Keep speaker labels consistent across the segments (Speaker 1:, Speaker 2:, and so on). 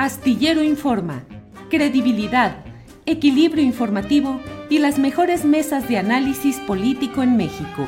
Speaker 1: Astillero Informa, credibilidad, equilibrio informativo y las mejores mesas de análisis político en México.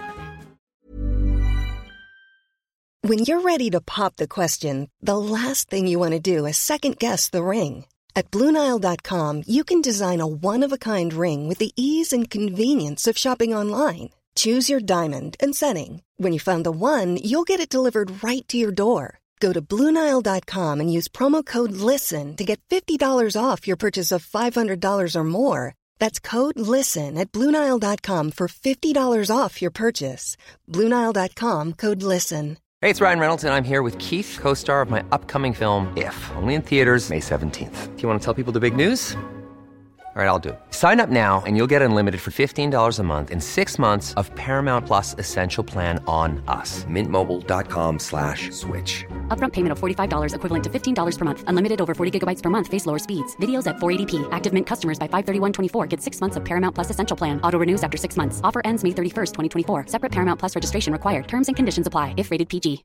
Speaker 2: When you're ready to pop the question, the last thing you want to do is second-guess the ring. At BlueNile.com, you can design a one-of-a-kind ring with the ease and convenience of shopping online. Choose your diamond and setting. When you find the one, you'll get it delivered right to your door. Go to BlueNile.com and use promo code LISTEN to get $50 off your purchase of $500 or more. That's code LISTEN at BlueNile.com for $50 off your purchase. BlueNile.com, code LISTEN.
Speaker 3: Hey, it's Ryan Reynolds, and I'm here with Keith, co-star of my upcoming film, If, only in theaters May 17th. Do you want to tell people the big news? All right, I'll do it. Sign up now and you'll get unlimited for $15 a month and 6 months of Paramount Plus Essential Plan on us. MintMobile.com/switch.
Speaker 4: Upfront payment of $45 equivalent to $15 per month. Unlimited over 40 gigabytes per month. Face lower speeds. Videos at 480p. Active Mint customers by 531.24 get 6 months of Paramount Plus Essential Plan. Auto renews after 6 months. Offer ends May 31st, 2024. Separate Paramount Plus registration required. Terms and conditions apply if rated PG.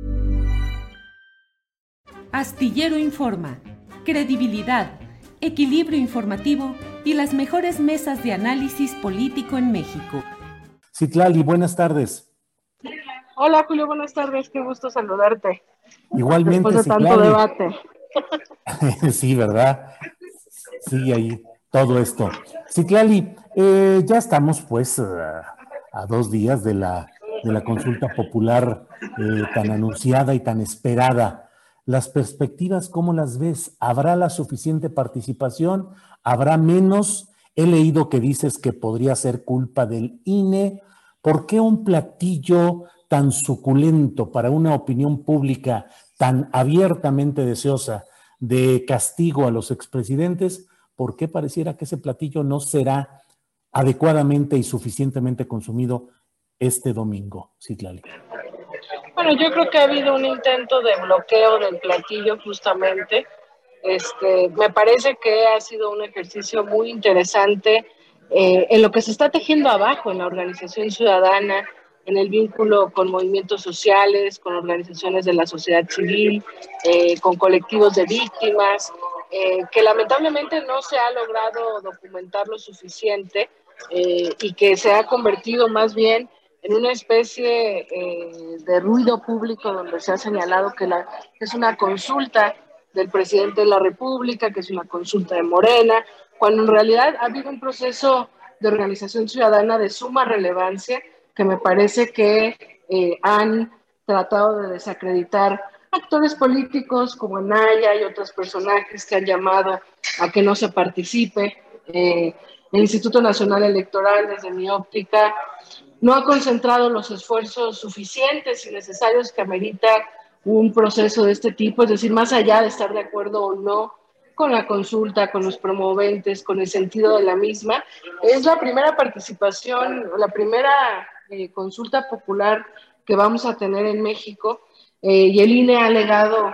Speaker 1: Astillero Informa, credibilidad, equilibrio informativo y las mejores mesas de análisis político en México.
Speaker 5: Citlali, buenas tardes.
Speaker 6: Hola Julio, buenas tardes, qué gusto saludarte.
Speaker 5: Igualmente,
Speaker 6: después de tanto debate.
Speaker 5: Sí, ¿verdad? Sigue ahí todo esto. Citlali, ya estamos pues a 2 días de la consulta popular tan anunciada y tan esperada. Las perspectivas, ¿cómo las ves? ¿Habrá la suficiente participación? ¿Habrá menos? He leído que dices que podría ser culpa del INE. ¿Por qué un platillo tan suculento para una opinión pública tan abiertamente deseosa de castigo a los expresidentes? ¿Por qué pareciera que ese platillo no será adecuadamente y suficientemente consumido este domingo, Citlali?
Speaker 6: Bueno, yo creo que ha habido un intento de bloqueo del platillo justamente. Me parece que ha sido un ejercicio muy interesante en lo que se está tejiendo abajo en la organización ciudadana, en el vínculo con movimientos sociales, con organizaciones de la sociedad civil, con colectivos de víctimas, que lamentablemente no se ha logrado documentar lo suficiente y que se ha convertido más bien en una especie de ruido público donde se ha señalado que es una consulta del presidente de la República, que es una consulta de Morena, cuando en realidad ha habido un proceso de organización ciudadana de suma relevancia que me parece que han tratado de desacreditar actores políticos como Naya y otros personajes que han llamado a que no se participe. El Instituto Nacional Electoral, desde mi óptica, no ha concentrado los esfuerzos suficientes y necesarios que amerita un proceso de este tipo, es decir, más allá de estar de acuerdo o no con la consulta, con los promoventes, con el sentido de la misma. Es la primera participación, la primera consulta popular que vamos a tener en México, y el INE ha alegado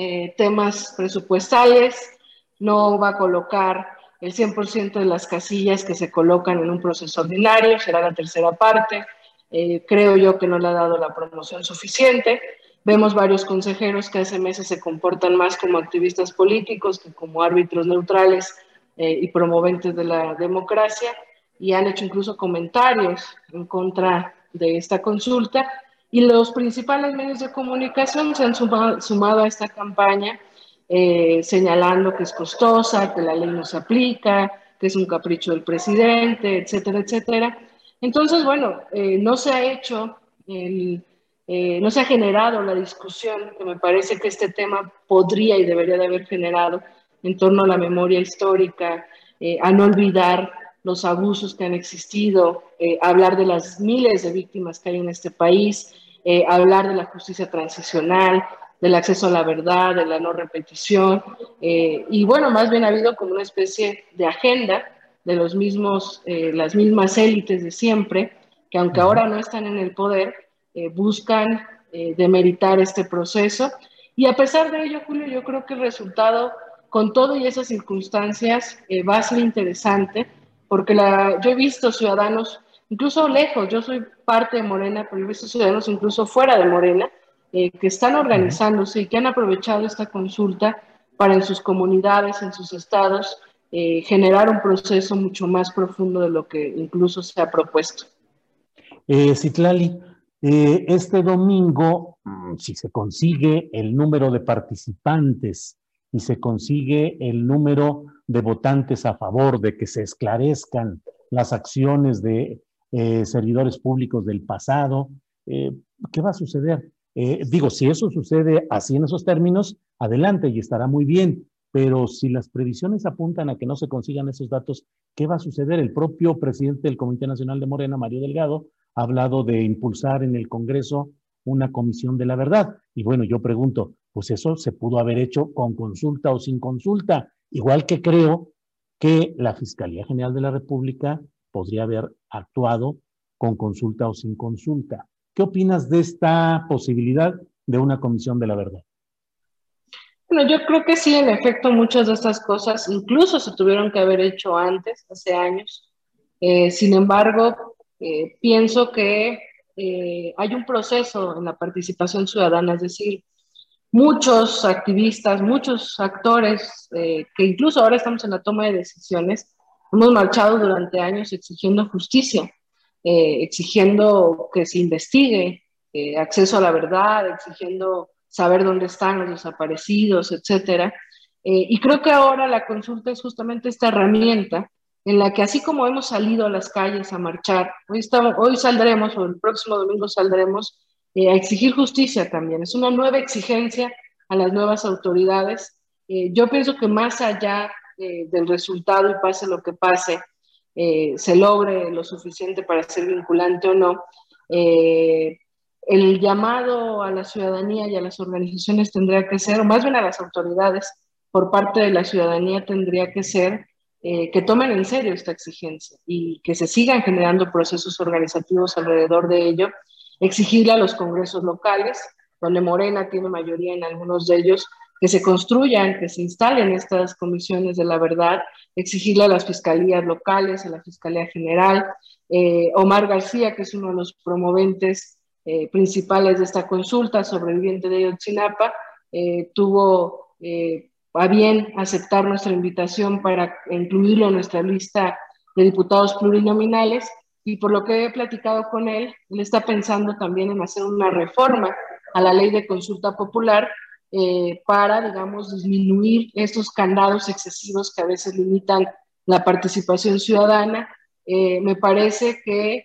Speaker 6: temas presupuestales, no va a colocar el 100% de las casillas que se colocan en un proceso ordinario, será la tercera parte. Creo yo que no le ha dado la promoción suficiente. Vemos varios consejeros que hace meses se comportan más como activistas políticos que como árbitros neutrales y promoventes de la democracia, y han hecho incluso comentarios en contra de esta consulta. Y los principales medios de comunicación se han sumado a esta campaña, señalando que es costosa, que la ley no se aplica, que es un capricho del presidente, etcétera, etcétera. Entonces, bueno, no se ha hecho, no se ha generado la discusión que me parece que este tema podría y debería de haber generado en torno a la memoria histórica, a no olvidar los abusos que han existido, hablar de las miles de víctimas que hay en este país, hablar de la justicia transicional, del acceso a la verdad, de la no repetición, y bueno, más bien ha habido como una especie de agenda de los mismos, las mismas élites de siempre, que aunque ahora no están en el poder, buscan demeritar este proceso. Y a pesar de ello, Julio, yo creo que el resultado, con todo y esas circunstancias, va a ser interesante, porque yo he visto ciudadanos, incluso lejos, yo soy parte de Morena, pero he visto ciudadanos incluso fuera de Morena, que están organizándose y que han aprovechado esta consulta para en sus comunidades, en sus estados, generar un proceso mucho más profundo de lo que incluso se ha propuesto.
Speaker 5: Citlali, este domingo, si se consigue el número de participantes y se consigue el número de votantes a favor de que se esclarezcan las acciones de servidores públicos del pasado, ¿qué va a suceder? Digo, si eso sucede así en esos términos, adelante y estará muy bien, pero si las previsiones apuntan a que no se consigan esos datos, ¿qué va a suceder? El propio presidente del Comité Nacional de Morena, Mario Delgado, ha hablado de impulsar en el Congreso una comisión de la verdad. Y bueno, yo pregunto, pues eso se pudo haber hecho con consulta o sin consulta, igual que creo que la Fiscalía General de la República podría haber actuado con consulta o sin consulta. ¿Qué opinas de esta posibilidad de una comisión de la verdad?
Speaker 6: Bueno, yo creo que sí, en efecto, muchas de estas cosas incluso se tuvieron que haber hecho antes, hace años. Sin embargo, pienso que hay un proceso en la participación ciudadana, es decir, muchos activistas, muchos actores, que incluso ahora estamos en la toma de decisiones, hemos marchado durante años exigiendo justicia, exigiendo que se investigue, acceso a la verdad, exigiendo saber dónde están los desaparecidos, etcétera. Y creo que ahora la consulta es justamente esta herramienta en la que, así como hemos salido a las calles a marchar, hoy saldremos, o el próximo domingo saldremos, a exigir justicia también. Es una nueva exigencia a las nuevas autoridades. Yo pienso que más allá del resultado y pase lo que pase, se logre lo suficiente para ser vinculante o no, el llamado a la ciudadanía y a las organizaciones tendría que ser, o más bien a las autoridades, por parte de la ciudadanía tendría que ser que tomen en serio esta exigencia y que se sigan generando procesos organizativos alrededor de ello, exigirle a los congresos locales, donde Morena tiene mayoría en algunos de ellos, que se construyan, que se instalen estas comisiones de la verdad, exigirle a las fiscalías locales, a la Fiscalía General. Omar García, que es uno de los promoventes principales de esta consulta, sobreviviente de Ayotzinapa, tuvo a bien aceptar nuestra invitación para incluirlo en nuestra lista de diputados plurinominales, y por lo que he platicado con él, él está pensando también en hacer una reforma a la ley de consulta popular para, digamos, disminuir estos candados excesivos que a veces limitan la participación ciudadana. Me parece que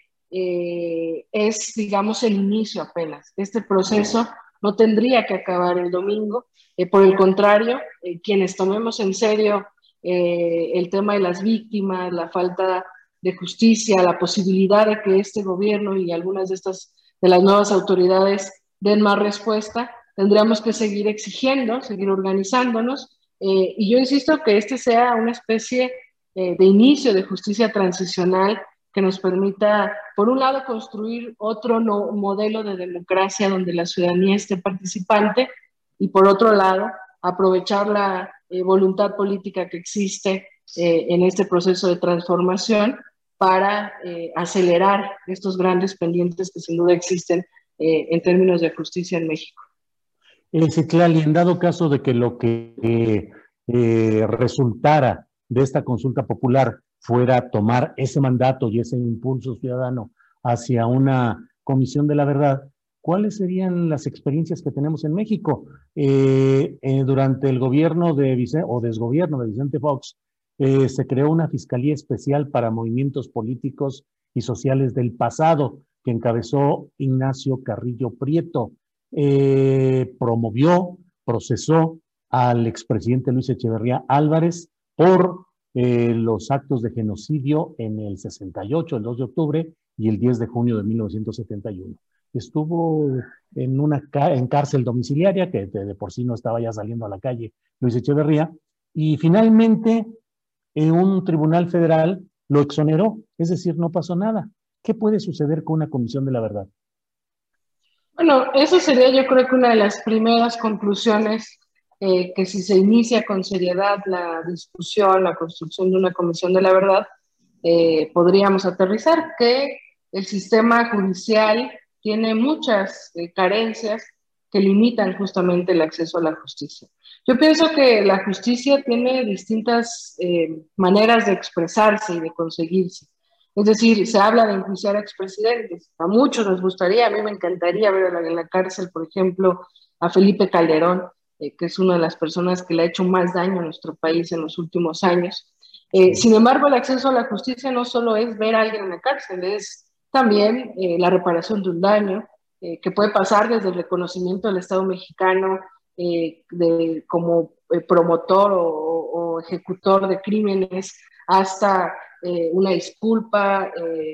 Speaker 6: es, digamos, el inicio apenas. Este proceso no tendría que acabar el domingo. Por el contrario, quienes tomemos en serio el tema de las víctimas, la falta de justicia, la posibilidad de que este gobierno y algunas de las nuevas autoridades den más respuesta, tendríamos que seguir exigiendo, seguir organizándonos, y yo insisto que este sea una especie de inicio de justicia transicional que nos permita, por un lado, construir otro modelo de democracia donde la ciudadanía esté participante, y por otro lado, aprovechar la voluntad política que existe en este proceso de transformación para acelerar estos grandes pendientes que sin duda existen en términos de justicia en México.
Speaker 5: Citlali, en dado caso de que lo que resultara de esta consulta popular fuera tomar ese mandato y ese impulso ciudadano hacia una comisión de la verdad, ¿cuáles serían las experiencias que tenemos en México? Durante el gobierno desgobierno de Vicente Fox, se creó una fiscalía especial para movimientos políticos y sociales del pasado, que encabezó Ignacio Carrillo Prieto. Promovió, procesó al expresidente Luis Echeverría Álvarez por los actos de genocidio en el 68, el 2 de octubre y el 10 de junio de 1971. Estuvo en cárcel domiciliaria, que de por sí no estaba ya saliendo a la calle Luis Echeverría, y finalmente un tribunal federal lo exoneró, es decir, no pasó nada. ¿Qué puede suceder con una comisión de la verdad?
Speaker 6: Bueno, eso sería, yo creo que una de las primeras conclusiones, que si se inicia con seriedad la discusión, la construcción de una comisión de la verdad, podríamos aterrizar que el sistema judicial tiene muchas carencias, que limitan justamente el acceso a la justicia. Yo pienso que la justicia tiene distintas maneras de expresarse y de conseguirse. Es decir, se habla de enjuiciar a expresidentes. A muchos nos gustaría, a mí me encantaría ver en la cárcel, por ejemplo, a Felipe Calderón, que es una de las personas que le ha hecho más daño a nuestro país en los últimos años. Sin embargo, el acceso a la justicia no solo es ver a alguien en la cárcel, es también la reparación de un daño, que puede pasar desde el reconocimiento del Estado mexicano como promotor o ejecutor de crímenes, hasta una disculpa,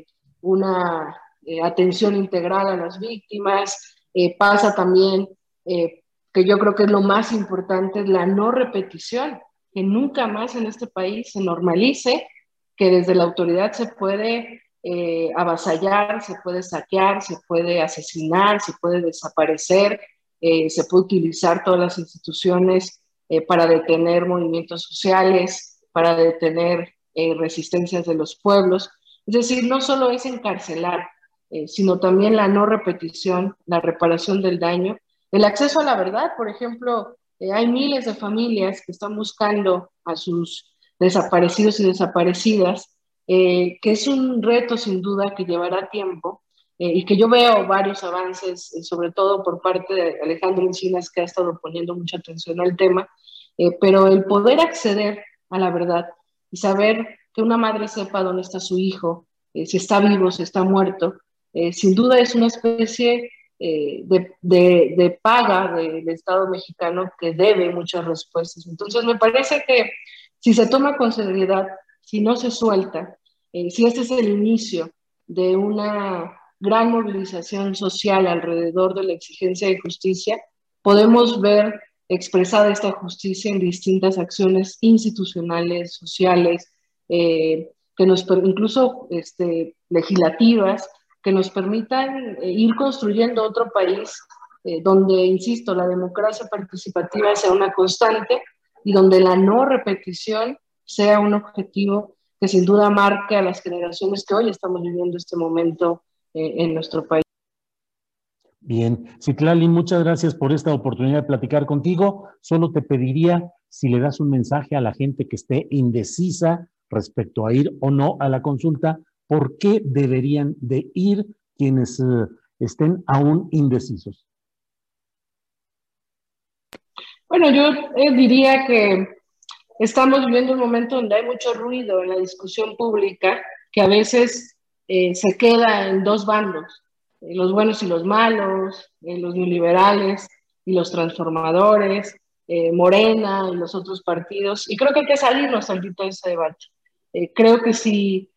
Speaker 6: una atención integral a las víctimas. Pasa también, que yo creo que es lo más importante, la no repetición, que nunca más en este país se normalice que desde la autoridad se puede avasallar, se puede saquear, se puede asesinar, se puede desaparecer, se puede utilizar todas las instituciones para detener movimientos sociales, para detener resistencias de los pueblos. Es decir, no solo es encarcelar, sino también la no repetición, la reparación del daño, el acceso a la verdad. Por ejemplo, hay miles de familias que están buscando a sus desaparecidos y desaparecidas, que es un reto sin duda que llevará tiempo, y que yo veo varios avances, sobre todo por parte de Alejandro Encinas, que ha estado poniendo mucha atención al tema, pero el poder acceder a la verdad y saber que una madre sepa dónde está su hijo, si está vivo, si está muerto, sin duda es una especie de paga del Estado mexicano que debe muchas respuestas. Entonces me parece que si se toma con seriedad, si no se suelta, si este es el inicio de una gran movilización social alrededor de la exigencia de justicia, podemos ver expresada esta justicia en distintas acciones institucionales, sociales, incluso legislativas, que nos permitan ir construyendo otro país donde, insisto, la democracia participativa sea una constante y donde la no repetición sea un objetivo que sin duda marque a las generaciones que hoy estamos viviendo este momento en nuestro país.
Speaker 5: Bien, Citlali, muchas gracias por esta oportunidad de platicar contigo. Solo te pediría si le das un mensaje a la gente que esté indecisa respecto a ir o no a la consulta, ¿por qué deberían de ir quienes estén aún indecisos?
Speaker 6: Bueno, yo diría que estamos viviendo un momento donde hay mucho ruido en la discusión pública, que a veces se queda en dos bandos, los buenos y los malos, los neoliberales y los transformadores, Morena y los otros partidos, y creo que hay que salirnos tantito de ese debate. Creo que si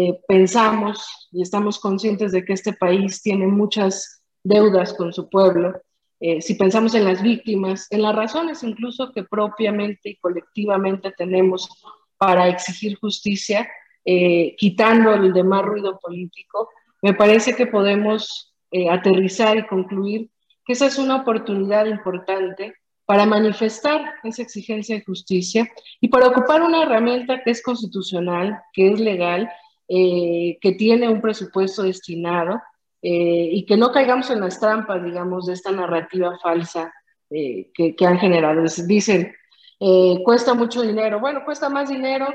Speaker 6: pensamos y estamos conscientes de que este país tiene muchas deudas con su pueblo, si pensamos en las víctimas, en las razones incluso que propiamente y colectivamente tenemos para exigir justicia, quitando el demás ruido político, me parece que podemos aterrizar y concluir que esa es una oportunidad importante para manifestar esa exigencia de justicia y para ocupar una herramienta que es constitucional, que es legal, que tiene un presupuesto destinado, y que no caigamos en las trampas, digamos, de esta narrativa falsa que han generado. Dicen, cuesta mucho dinero. Bueno, cuesta más dinero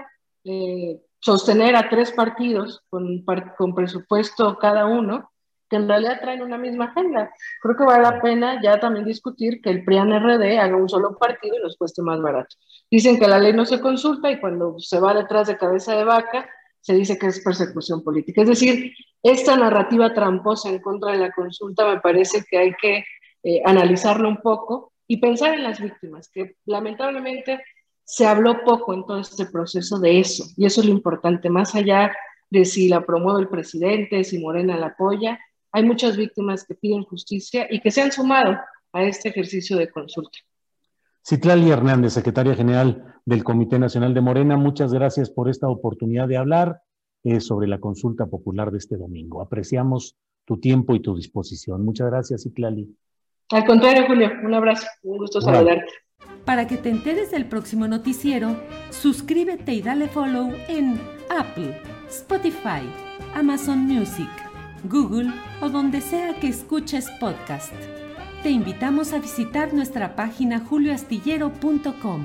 Speaker 6: sostener a 3 partidos con presupuesto cada uno, que en realidad traen una misma agenda. Creo que vale la pena ya también discutir que el PRIAN-RD haga un solo partido y nos cueste más barato. Dicen que la ley no se consulta y cuando se va detrás de cabeza de vaca, se dice que es persecución política. Es decir, esta narrativa tramposa en contra de la consulta me parece que hay que analizarlo un poco y pensar en las víctimas, que lamentablemente se habló poco en todo este proceso de eso, y eso es lo importante, más allá de si la promueve el presidente, si Morena la apoya, hay muchas víctimas que piden justicia y que se han sumado a este ejercicio de consulta.
Speaker 5: Citlali Hernández, secretaria general del Comité Nacional de Morena, muchas gracias por esta oportunidad de hablar sobre la consulta popular de este domingo. Apreciamos tu tiempo y tu disposición. Muchas gracias, Citlali.
Speaker 6: Al contrario, Julio, un abrazo, un gusto saludarte.
Speaker 1: Para que te enteres del próximo noticiero, suscríbete y dale follow en Apple, Spotify, Amazon Music, Google o donde sea que escuches podcast. Te invitamos a visitar nuestra página julioastillero.com.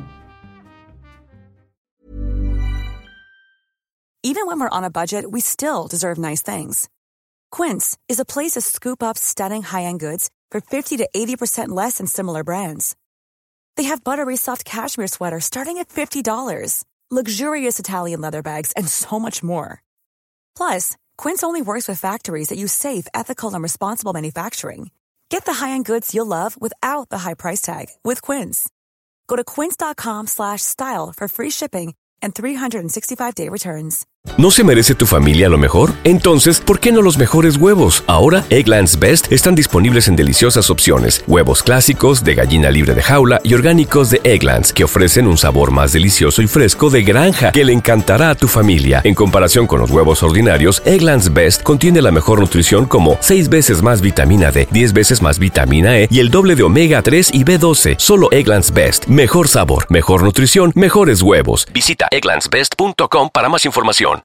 Speaker 7: Even when we're on a budget, we still deserve nice things. Quince is a place to scoop up stunning high-end goods for 50 to 80% less than similar brands. They have buttery soft cashmere sweaters starting at $50, luxurious Italian leather bags, and so much more. Plus, Quince only works with factories that use safe, ethical, and responsible manufacturing. Get the high-end goods you'll love without the high price tag with Quince. Go to quince.com/style for free shipping and 365-day returns.
Speaker 8: ¿No se merece tu familia lo mejor? Entonces, ¿por qué no los mejores huevos? Ahora, Eggland's Best están disponibles en deliciosas opciones. Huevos clásicos, de gallina libre de jaula y orgánicos de Eggland's, que ofrecen un sabor más delicioso y fresco de granja que le encantará a tu familia. En comparación con los huevos ordinarios, Eggland's Best contiene la mejor nutrición como 6 veces más vitamina D, 10 veces más vitamina E y el doble de omega 3 y B12. Solo Eggland's Best. Mejor sabor, mejor nutrición, mejores huevos. Visita egglandsbest.com para más información.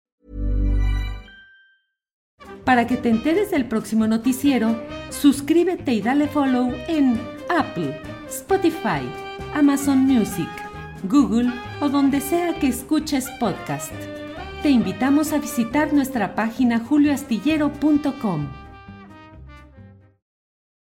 Speaker 1: Para que te enteres del próximo noticiero, suscríbete y dale follow en Apple, Spotify, Amazon Music, Google o donde sea que escuches podcast. Te invitamos a visitar nuestra página julioastillero.com.